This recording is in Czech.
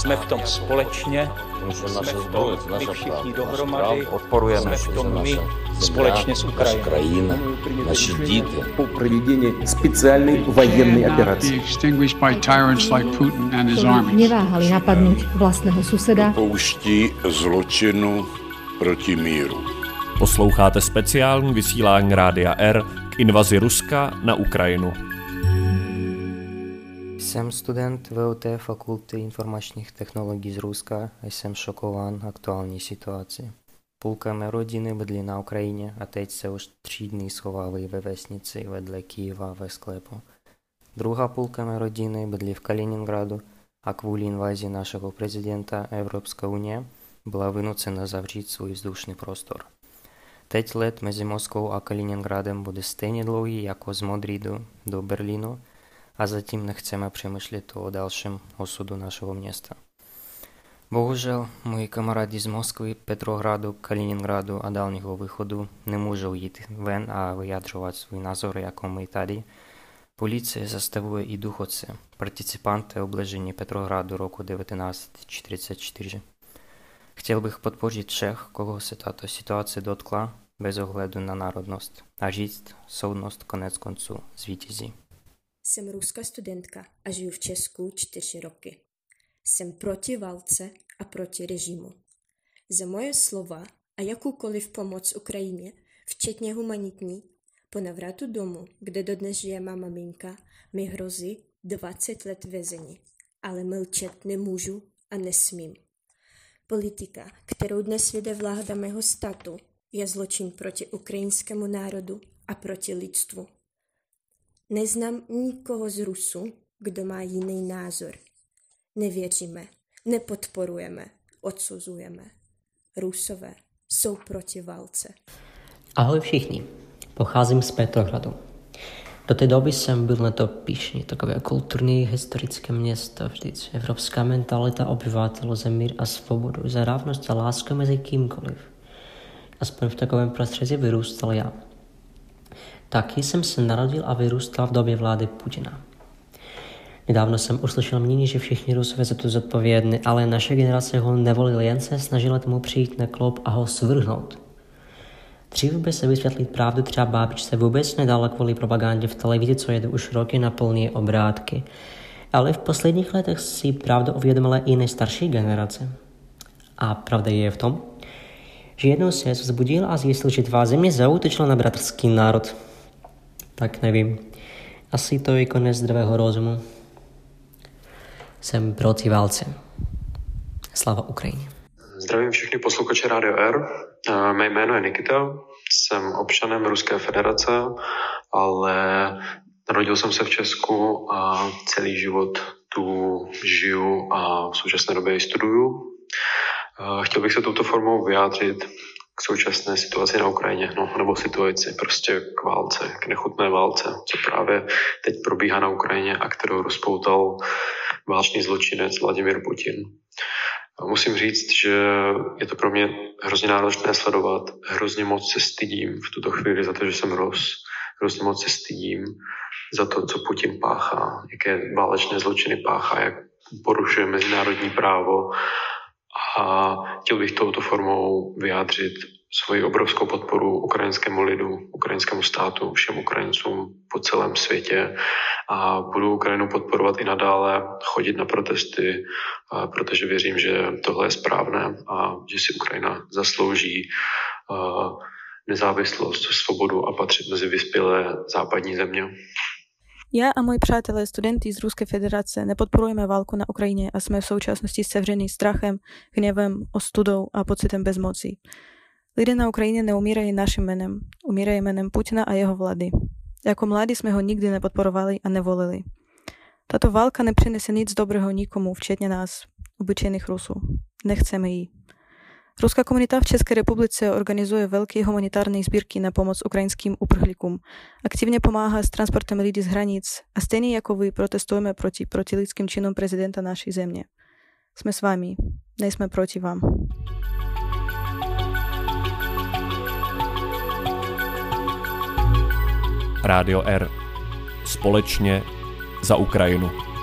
Jsme v tom společně, jsme v tom my všichni dohromady, jsme v tom my společně s Ukrajinou. Країна, наші діти. По проведению специальной военной операции. Neváhali napadnúť vlastného suseda. Pouští zločinu proti míru. Posloucháte speciální vysílání Rádia R k invazi Ruska na Ukrajinu. Jsem student VUT Fakulty informačních technologií z Ruska a jsem šokován aktuální situací. Půlka mé rodiny bydlí na Ukrajině a teď se už 3 dny schovávají ve vesnici vedle Kyjeva ve sklepu. Druhá půlka mé rodiny bydlí v Kaliningradu a kvůli invazi našeho prezidenta Evropské unie byla vynucena zavřít svůj vzdušný prostor. Teď let mezi Moskvou a Kaliningradem bude stejně dlouhý jako z Madridu do Berlínu a zatím nechceme přemýšlet o dalším osudu našeho města. Bohužel, moji kamarádi z Moskvy, Petrohradu, Kaliningradu a Dálního východu nemůžou jít ven a vyjadřovat svůj názor jako my tady. Policie zastavuje i důchodce, participanty obležení Petrohradu roku 1944. Chtěl bych podpořit všech, koho se tato situace dotkla, bez ohledu na národnost, a říct, soudnost konec konců zvítězí. Jsem ruská studentka a žiju v Česku 4 roky. Jsem proti válce a proti režimu. Za moje slova a jakoukoliv pomoc Ukrajině, včetně humanitní, po navratu domů, kde dodnes žije má maminka, mi hrozí 20 let vězení. Ale mlčet nemůžu a nesmím. Politika, kterou dnes vede vláda mého státu, je zločin proti ukrajinskému národu a proti lidstvu. Neznám nikoho z Rusů, kdo má jiný názor. Nevěříme, nepodporujeme, odsuzujeme. Rusové jsou proti válce. Ahoj všichni, pocházím z Petrohradu. Do té doby jsem byl na to pyšný, takové kulturní, historické město, vždyť evropská mentalita obyvatel za mír a svobodu, za rovnost a lásku mezi kýmkoliv. Aspoň v takovém prostředí vyrůstal já. Taky jsem se narodil a vyrůstal v době vlády Putina. Nedávno jsem uslyšel mění, že všichni Rusové za to zodpovědní, ale naše generace ho nevolila, jen se snažila tomu přijít na klop a ho svrhnout. Dřív by se vysvětlit pravdu třeba bábičce vůbec nedala kvůli propagandě v televizi, co jede už roky na plné obrátky. Ale v posledních letech si pravdu uvědomila i nejstarší generace. A pravda je v tom, že jednou se vzbudil a zjistil, že tvá země zaútočila na bratrský národ. Tak nevím, asi to je konec zdravého rozumu. Jsem proti válce. Slava Ukrajině. Zdravím všechny posluchače Radio R. Mé jméno je Nikita, jsem občanem Ruské federace, ale narodil jsem se v Česku a celý život tu žiju a v současné době i studuju. Chtěl bych se touto formou vyjádřit k současné situaci na Ukrajině, nebo situaci prostě k válce, k nechutné válce, co právě teď probíhá na Ukrajině a kterou rozpoutal válečný zločinec Vladimír Putin. Musím říct, že je to pro mě hrozně náročné sledovat, hrozně moc se stydím v tuto chvíli za to, že jsem Rus, hrozně moc se stydím za to, co Putin páchá, jaké válečné zločiny páchá, jak porušuje mezinárodní právo. A chtěl bych touto formou vyjádřit svoji obrovskou podporu ukrajinskému lidu, ukrajinskému státu, všem Ukrajincům po celém světě a budu Ukrajinu podporovat i nadále, chodit na protesty, protože věřím, že tohle je správné a že si Ukrajina zaslouží nezávislost, svobodu a patřit mezi vyspělé západní země. Já a moji přátelé, studenti z Ruské federace, nepodporujeme válku na Ukrajině a jsme v současnosti sevření strachem, hněvem, ostudou a pocitem bezmocí. Lidé na Ukrajině neumírají naším jménem, umírají jménem Putina a jeho vlády. Jako mladí jsme ho nikdy nepodporovali a nevolili. Tato válka nepřinese nic dobrého nikomu, včetně nás, obyčejných Rusů. Nechceme ji. Ruská komunita v České republice organizuje velké humanitární sbírky na pomoc ukrajinským uprchlíkům. Aktivně pomáhá s transportem lidí z hranic a stejně jako vy protestujeme proti lidským činům prezidenta naší země. Jsme s vámi, nejsme proti vám. Rádio R. Společně za Ukrajinu.